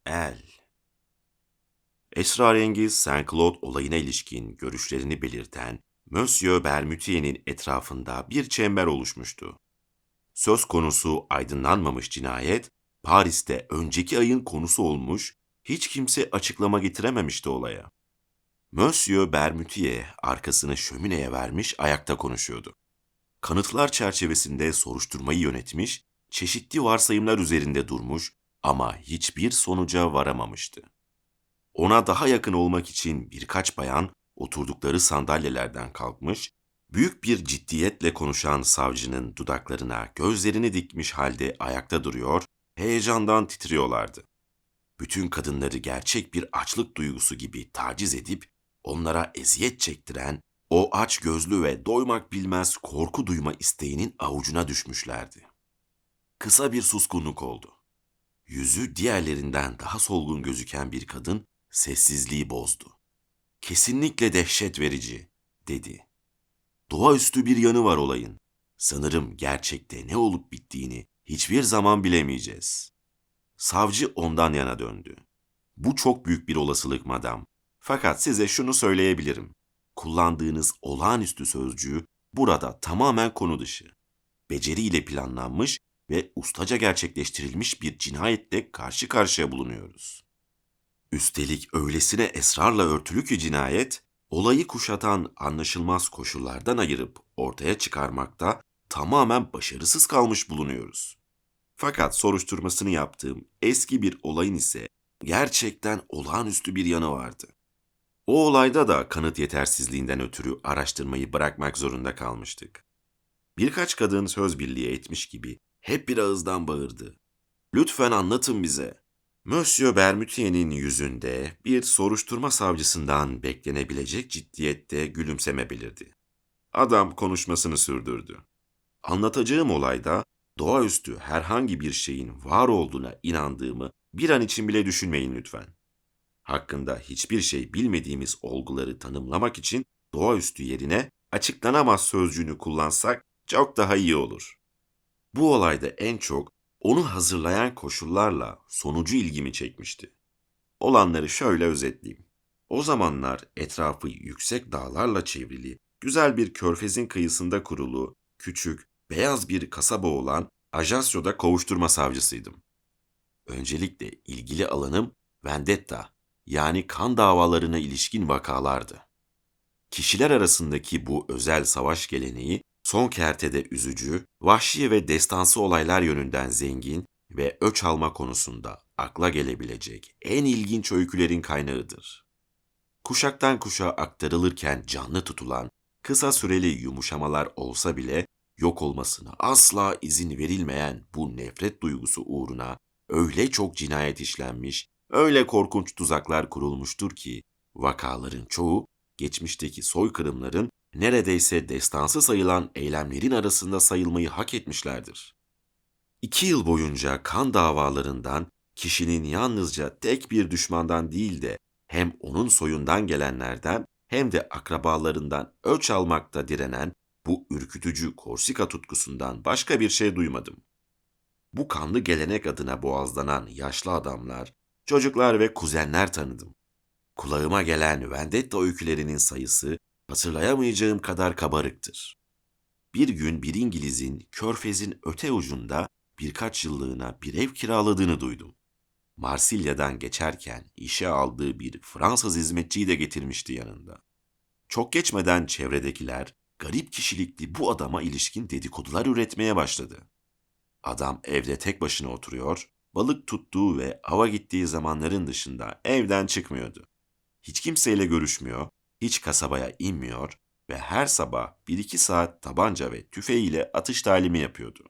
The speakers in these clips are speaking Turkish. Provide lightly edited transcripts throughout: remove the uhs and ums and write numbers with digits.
El. Esrarengiz Saint-Claude olayına ilişkin görüşlerini belirten Monsieur Bermutier'in etrafında bir çember oluşmuştu. Söz konusu aydınlanmamış cinayet, Paris'te önceki ayın konusu olmuş, hiç kimse açıklama getirememişti olaya. Monsieur Bermutier arkasını şömineye vermiş ayakta konuşuyordu. Kanıtlar çerçevesinde soruşturmayı yönetmiş, çeşitli varsayımlar üzerinde durmuş ama hiçbir sonuca varamamıştı. Ona daha yakın olmak için birkaç bayan oturdukları sandalyelerden kalkmış, büyük bir ciddiyetle konuşan savcının dudaklarına gözlerini dikmiş halde ayakta duruyor, heyecandan titriyorlardı. Bütün kadınları gerçek bir açlık duygusu gibi taciz edip onlara eziyet çektiren o aç gözlü ve doymak bilmez korku duyma isteğinin avucuna düşmüşlerdi. Kısa bir suskunluk oldu. Yüzü diğerlerinden daha solgun gözüken bir kadın sessizliği bozdu. "Kesinlikle dehşet verici," dedi. "Doğaüstü bir yanı var olayın. Sanırım gerçekte ne olup bittiğini hiçbir zaman bilemeyeceğiz." Savcı ondan yana döndü. "Bu çok büyük bir olasılık madam. Fakat size şunu söyleyebilirim. Kullandığınız olağanüstü sözcüğü burada tamamen konu dışı. Beceriyle planlanmış ve ustaca gerçekleştirilmiş bir cinayetle karşı karşıya bulunuyoruz. Üstelik öylesine esrarla örtülü ki cinayet, olayı kuşatan anlaşılmaz koşullardan ayırıp ortaya çıkarmakta tamamen başarısız kalmış bulunuyoruz. Fakat soruşturmasını yaptığım eski bir olayın ise gerçekten olağanüstü bir yanı vardı. O olayda da kanıt yetersizliğinden ötürü araştırmayı bırakmak zorunda kalmıştık. Birkaç kadın söz birliği etmiş gibi hep bir ağızdan bağırdı. "Lütfen anlatın bize." Monsieur Bermutier'in yüzünde bir soruşturma savcısından beklenebilecek ciddiyette gülümseme belirdi. Adam konuşmasını sürdürdü. "Anlatacağım olayda doğaüstü herhangi bir şeyin var olduğuna inandığımı bir an için bile düşünmeyin lütfen. Hakkında hiçbir şey bilmediğimiz olguları tanımlamak için doğaüstü yerine açıklanamaz sözcüğünü kullansak çok daha iyi olur. Bu olayda en çok onu hazırlayan koşullarla sonucu ilgimi çekmişti. Olanları şöyle özetleyeyim. O zamanlar etrafı yüksek dağlarla çevrili, güzel bir körfezin kıyısında kurulu, küçük, beyaz bir kasaba olan Ajacio'da kovuşturma savcısıydım. Öncelikle ilgili alanım vendetta, yani kan davalarına ilişkin vakalardı. Kişiler arasındaki bu özel savaş geleneği son kertede üzücü, vahşi ve destansı olaylar yönünden zengin ve öç alma konusunda akla gelebilecek en ilginç öykülerin kaynağıdır. Kuşaktan kuşağa aktarılırken canlı tutulan, kısa süreli yumuşamalar olsa bile yok olmasına asla izin verilmeyen bu nefret duygusu uğruna öyle çok cinayet işlenmiş, öyle korkunç tuzaklar kurulmuştur ki vakaların çoğu geçmişteki soykırımların neredeyse destansı sayılan eylemlerin arasında sayılmayı hak etmişlerdir. 2 yıl boyunca kan davalarından kişinin yalnızca tek bir düşmandan değil de hem onun soyundan gelenlerden hem de akrabalarından öç almakta direnen bu ürkütücü Korsika tutkusundan başka bir şey duymadım. Bu kanlı gelenek adına boğazlanan yaşlı adamlar, çocuklar ve kuzenler tanıdım. Kulağıma gelen vendetta öykülerinin sayısı hatırlayamayacağım kadar kabarıktır. Bir gün bir İngiliz'in Körfez'in öte ucunda birkaç yıllığına bir ev kiraladığını duydum. Marsilya'dan geçerken işe aldığı bir Fransız hizmetçiyi de getirmişti yanında. Çok geçmeden çevredekiler garip kişilikli bu adama ilişkin dedikodular üretmeye başladı. Adam evde tek başına oturuyor, balık tuttuğu ve ava gittiği zamanların dışında evden çıkmıyordu. Hiç kimseyle görüşmüyor, hiç kasabaya inmiyor ve her sabah 1-2 saat tabanca ve tüfeğiyle atış talimi yapıyordu.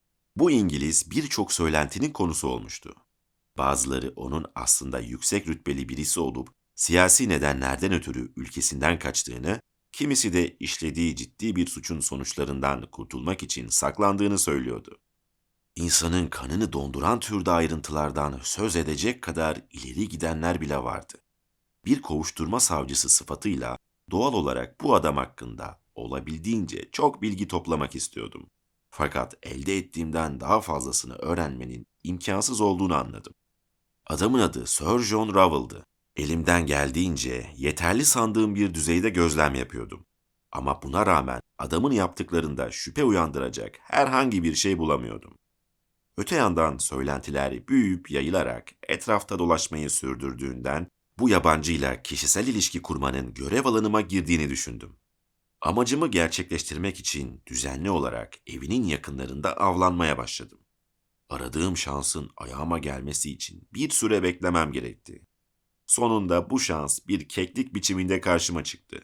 Bu İngiliz birçok söylentinin konusu olmuştu. Bazıları onun aslında yüksek rütbeli birisi olup siyasi nedenlerden ötürü ülkesinden kaçtığını, kimisi de işlediği ciddi bir suçun sonuçlarından kurtulmak için saklandığını söylüyordu. İnsanın kanını donduran türde ayrıntılardan söz edecek kadar ileri gidenler bile vardı. Bir kovuşturma savcısı sıfatıyla doğal olarak bu adam hakkında olabildiğince çok bilgi toplamak istiyordum. Fakat elde ettiğimden daha fazlasını öğrenmenin imkansız olduğunu anladım. Adamın adı Sir John Rowell'dı. Elimden geldiğince yeterli sandığım bir düzeyde gözlem yapıyordum. Ama buna rağmen adamın yaptıklarında şüphe uyandıracak herhangi bir şey bulamıyordum. Öte yandan söylentiler büyüyüp yayılarak etrafta dolaşmayı sürdürdüğünden bu yabancıyla kişisel ilişki kurmanın görev alanıma girdiğini düşündüm. Amacımı gerçekleştirmek için düzenli olarak evinin yakınlarında avlanmaya başladım. Aradığım şansın ayağıma gelmesi için bir süre beklemem gerekti. Sonunda bu şans bir keklik biçiminde karşıma çıktı.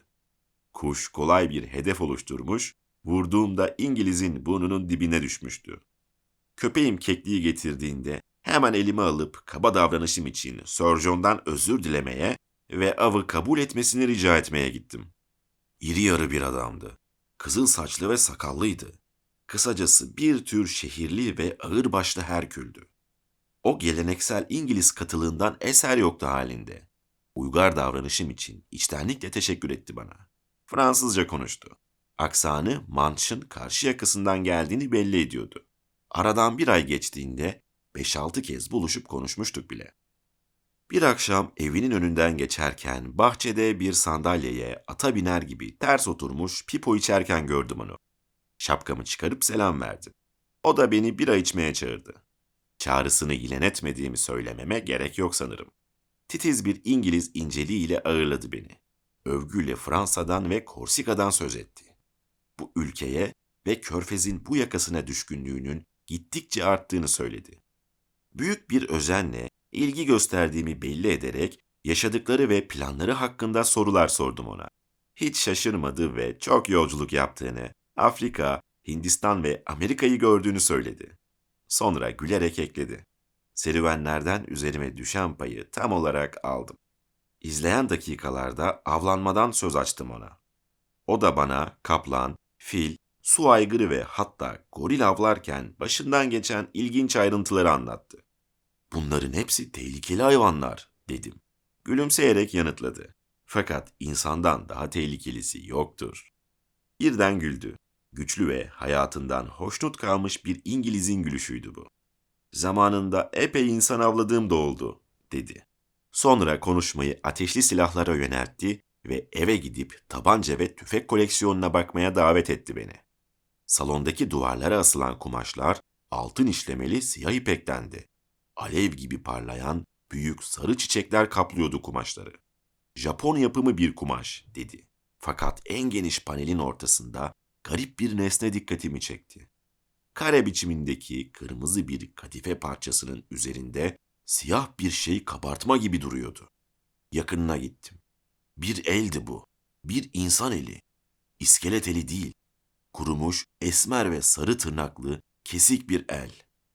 Kuş kolay bir hedef oluşturmuş, vurduğumda İngiliz'in burnunun dibine düşmüştü. Köpeğim kekliği getirdiğinde hemen elime alıp kaba davranışım için Sir John'dan özür dilemeye ve avı kabul etmesini rica etmeye gittim. İri yarı bir adamdı. Kızıl saçlı ve sakallıydı. Kısacası bir tür şehirli ve ağırbaşlı Herkül'dü. O geleneksel İngiliz katılığından eser yoktu halinde. Uygar davranışım için içtenlikle teşekkür etti bana. Fransızca konuştu. Aksanı Manş'ın karşı yakasından geldiğini belli ediyordu. Aradan bir ay geçtiğinde 5-6 kez buluşup konuşmuştuk bile. Bir akşam evinin önünden geçerken bahçede bir sandalyeye ata biner gibi ters oturmuş pipo içerken gördüm onu. Şapkamı çıkarıp selam verdim. O da beni bira içmeye çağırdı. Çağrısını ilan etmediğimi söylememe gerek yok sanırım. Titiz bir İngiliz inceliğiyle ağırladı beni. Övgüyle Fransa'dan ve Korsika'dan söz etti. Bu ülkeye ve Körfez'in bu yakasına düşkünlüğünün gittikçe arttığını söyledi. Büyük bir özenle ilgi gösterdiğimi belli ederek yaşadıkları ve planları hakkında sorular sordum ona. Hiç şaşırmadı ve çok yolculuk yaptığını, Afrika, Hindistan ve Amerika'yı gördüğünü söyledi. Sonra gülerek ekledi. Serüvenlerden üzerime düşen payı tam olarak aldım. İzleyen dakikalarda avlanmadan söz açtım ona. O da bana kaplan, fil, su aygırı ve hatta goril avlarken başından geçen ilginç ayrıntıları anlattı. Bunların hepsi tehlikeli hayvanlar, dedim. Gülümseyerek yanıtladı. Fakat insandan daha tehlikelisi yoktur. Birden güldü. Güçlü ve hayatından hoşnut kalmış bir İngiliz'in gülüşüydü bu. Zamanında epey insan avladığım da oldu, dedi. Sonra konuşmayı ateşli silahlara yöneltti ve eve gidip tabanca ve tüfek koleksiyonuna bakmaya davet etti beni. Salondaki duvarlara asılan kumaşlar altın işlemeli siyah ipektendi. Alev gibi parlayan büyük sarı çiçekler kaplıyordu kumaşları. Japon yapımı bir kumaş, dedi. Fakat en geniş panelin ortasında garip bir nesne dikkatimi çekti. Kare biçimindeki kırmızı bir kadife parçasının üzerinde siyah bir şey kabartma gibi duruyordu. Yakınına gittim. Bir eldi bu. Bir insan eli. İskelet eli değil. Kurumuş, esmer ve sarı tırnaklı, kesik bir el.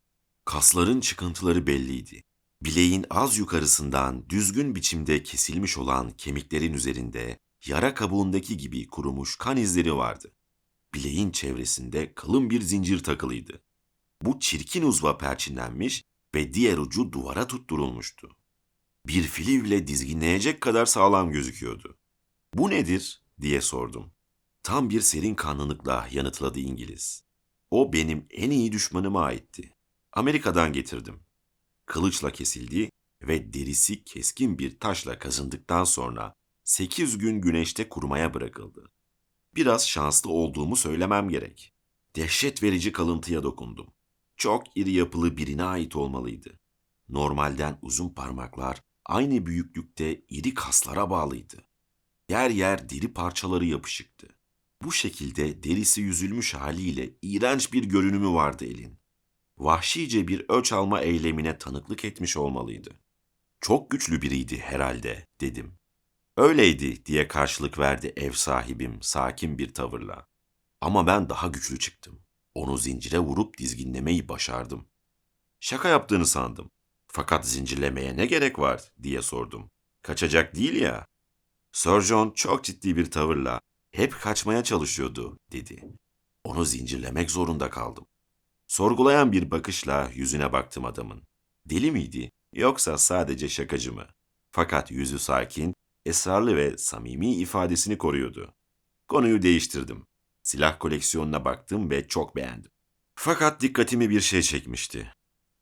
Kasların çıkıntıları belliydi. Bileğin az yukarısından düzgün biçimde kesilmiş olan kemiklerin üzerinde yara kabuğundaki gibi kurumuş kan izleri vardı. Bileğin çevresinde kalın bir zincir takılıydı. Bu çirkin uzva perçinlenmiş ve diğer ucu duvara tutturulmuştu. Bir filivle dizginleyecek kadar sağlam gözüküyordu. "Bu nedir?" diye sordum. Tam bir serin kanlılıkla yanıtladı İngiliz. "O benim en iyi düşmanıma aitti. Amerika'dan getirdim. Kılıçla kesildi ve derisi keskin bir taşla kazındıktan sonra 8 gün güneşte kurumaya bırakıldı. Biraz şanslı olduğumu söylemem gerek. Dehşet verici kalıntıya dokundum. Çok iri yapılı birine ait olmalıydı. Normalden uzun parmaklar aynı büyüklükte iri kaslara bağlıydı. Yer yer deri parçaları yapışıktı. Bu şekilde derisi yüzülmüş haliyle iğrenç bir görünümü vardı elin. Vahşice bir öç alma eylemine tanıklık etmiş olmalıydı. "Çok güçlü biriydi herhalde," dedim. "Öyleydi," diye karşılık verdi ev sahibim sakin bir tavırla. "Ama ben daha güçlü çıktım. Onu zincire vurup dizginlemeyi başardım." "Şaka yaptığını sandım. Fakat zincirlemeye ne gerek var?" diye sordum. "Kaçacak değil ya." "Sir John çok ciddi bir tavırla hep kaçmaya çalışıyordu," dedi. "Onu zincirlemek zorunda kaldım." Sorgulayan bir bakışla yüzüne baktım adamın. Deli miydi yoksa sadece şakacı mı? Fakat yüzü sakin, esrarlı ve samimi ifadesini koruyordu. Konuyu değiştirdim. Silah koleksiyonuna baktım ve çok beğendim. Fakat dikkatimi bir şey çekmişti.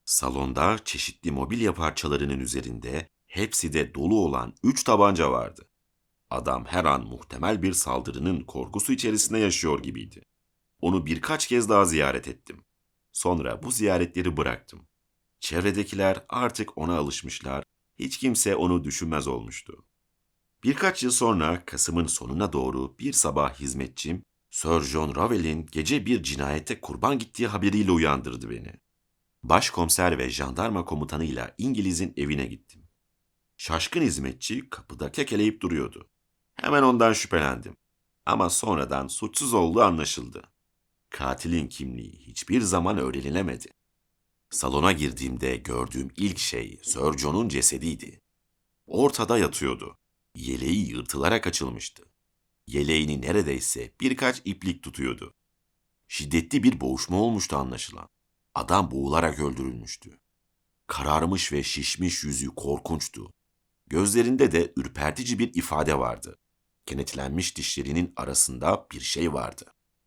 Salonda çeşitli mobilya parçalarının üzerinde hepsi de dolu olan 3 tabanca vardı. Adam her an muhtemel bir saldırının korkusu içerisinde yaşıyor gibiydi. Onu birkaç kez daha ziyaret ettim. Sonra bu ziyaretleri bıraktım. Çevredekiler artık ona alışmışlar, hiç kimse onu düşünmez olmuştu. Birkaç yıl sonra Kasım'ın sonuna doğru bir sabah hizmetçim, Sir John Ravel'in gece bir cinayete kurban gittiği haberiyle uyandırdı beni. Başkomiser ve jandarma komutanıyla İngiliz'in evine gittim. Şaşkın hizmetçi kapıda kekeleyip duruyordu. Hemen ondan şüphelendim. Ama sonradan suçsuz olduğu anlaşıldı. Katilin kimliği hiçbir zaman öğrenilemedi. Salona girdiğimde gördüğüm ilk şey Sir John'un cesediydi. Ortada yatıyordu. Yeleği yırtılarak açılmıştı. Yeleğini neredeyse birkaç iplik tutuyordu. Şiddetli bir boğuşma olmuştu anlaşılan. Adam boğularak öldürülmüştü. Kararmış ve şişmiş yüzü korkunçtu. Gözlerinde de ürpertici bir ifade vardı. Kenetlenmiş dişlerinin arasında bir şey vardı.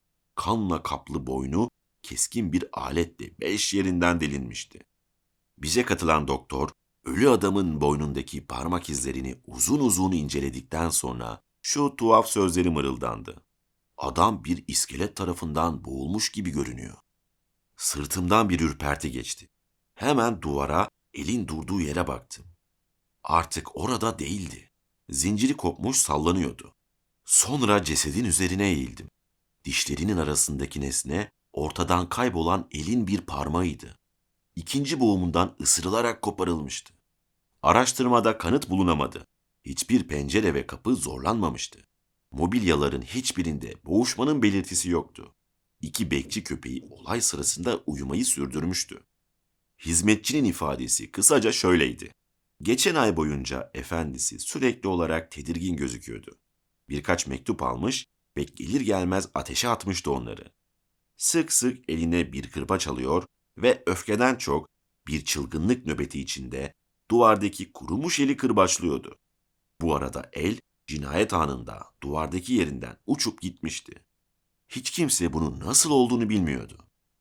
Kanla kaplı boynu keskin bir aletle 5 yerinden delinmişti. Bize katılan doktor, ölü adamın boynundaki parmak izlerini uzun uzun inceledikten sonra şu tuhaf sözleri mırıldandı. Adam bir iskelet tarafından boğulmuş gibi görünüyor. Sırtımdan bir ürperti geçti. Hemen duvara, elin durduğu yere baktım. Artık orada değildi. Zinciri kopmuş sallanıyordu. Sonra cesedin üzerine eğildim. Dişlerinin arasındaki nesne ortadan kaybolan elin bir parmağıydı. İkinci boğumundan ısırılarak koparılmıştı. Araştırmada kanıt bulunamadı. Hiçbir pencere ve kapı zorlanmamıştı. Mobilyaların hiçbirinde boğuşmanın belirtisi yoktu. 2 bekçi köpeği olay sırasında uyumayı sürdürmüştü. Hizmetçinin ifadesi kısaca şöyleydi. Geçen ay boyunca efendisi sürekli olarak tedirgin gözüküyordu. Birkaç mektup almış ve gelir gelmez ateşe atmıştı onları. Sık sık eline bir kırbaç alıyor ve öfkeden çok bir çılgınlık nöbeti içinde duvardaki kurumuş eli kırbaçlıyordu. Bu arada el cinayet anında duvardaki yerinden uçup gitmişti. Hiç kimse bunun nasıl olduğunu bilmiyordu.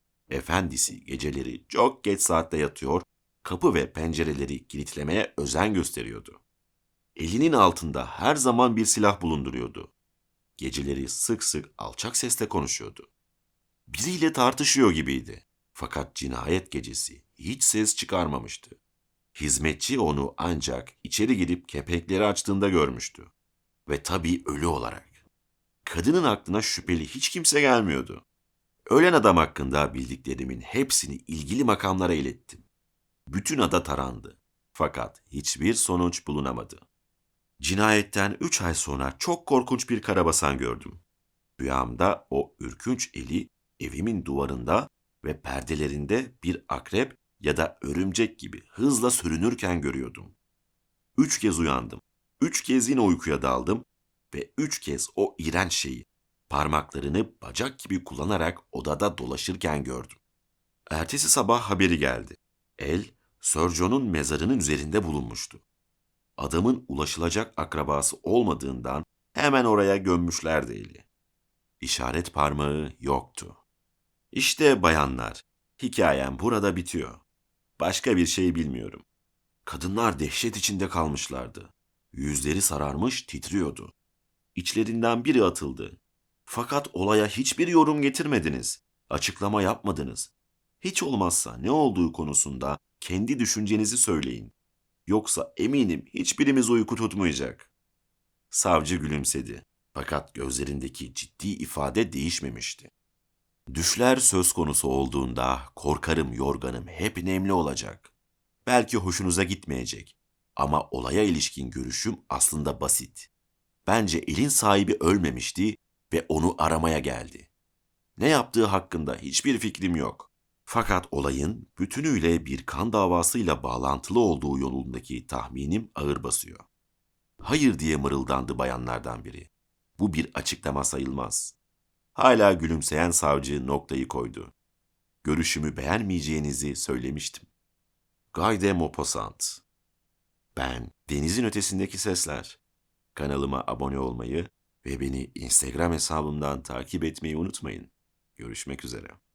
Efendisi geceleri çok geç saatte yatıyor, kapı ve pencereleri kilitlemeye özen gösteriyordu. Elinin altında her zaman bir silah bulunduruyordu. Geceleri sık sık alçak sesle konuşuyordu. Biriyle tartışıyor gibiydi. Fakat cinayet gecesi hiç ses çıkarmamıştı. Hizmetçi onu ancak içeri girip kepenkleri açtığında görmüştü. Ve tabii ölü olarak. Kadının aklına şüpheli hiç kimse gelmiyordu. Ölen adam hakkında bildiklerimin hepsini ilgili makamlara ilettim. Bütün ada tarandı. Fakat hiçbir sonuç bulunamadı. Cinayetten 3 ay sonra çok korkunç bir karabasan gördüm. Rüyamda o ürkünç eli evimin duvarında ve perdelerinde bir akrep ya da örümcek gibi hızla sürünürken görüyordum. 3 kez uyandım. 3 kez yine uykuya daldım ve 3 kez o iğrenç şeyi parmaklarını bacak gibi kullanarak odada dolaşırken gördüm. Ertesi sabah haberi geldi. El, Sir John'un mezarının üzerinde bulunmuştu. Adamın ulaşılacak akrabası olmadığından hemen oraya gömmüşlerdi eli. İşaret parmağı yoktu. İşte bayanlar, hikayem burada bitiyor. Başka bir şey bilmiyorum. Kadınlar dehşet içinde kalmışlardı. Yüzleri sararmış, titriyordu. İçlerinden biri atıldı. Fakat olaya hiçbir yorum getirmediniz. Açıklama yapmadınız. Hiç olmazsa ne olduğu konusunda kendi düşüncenizi söyleyin. Yoksa eminim hiçbirimiz uyku tutmayacak. Savcı gülümsedi. Fakat gözlerindeki ciddi ifade değişmemişti. Düşler söz konusu olduğunda korkarım yorganım hep nemli olacak. Belki hoşunuza gitmeyecek. Ama olaya ilişkin görüşüm aslında basit. Bence elin sahibi ölmemişti ve onu aramaya geldi. Ne yaptığı hakkında hiçbir fikrim yok. Fakat olayın bütünüyle bir kan davasıyla bağlantılı olduğu yolundaki tahminim ağır basıyor. Hayır diye mırıldandı bayanlardan biri. Bu bir açıklama sayılmaz. Hala gülümseyen savcı noktayı koydu. Görüşümü beğenmeyeceğinizi söylemiştim. Guy de Maupassant. Ben Denizin Ötesindeki Sesler. Kanalıma abone olmayı ve beni Instagram hesabımdan takip etmeyi unutmayın. Görüşmek üzere.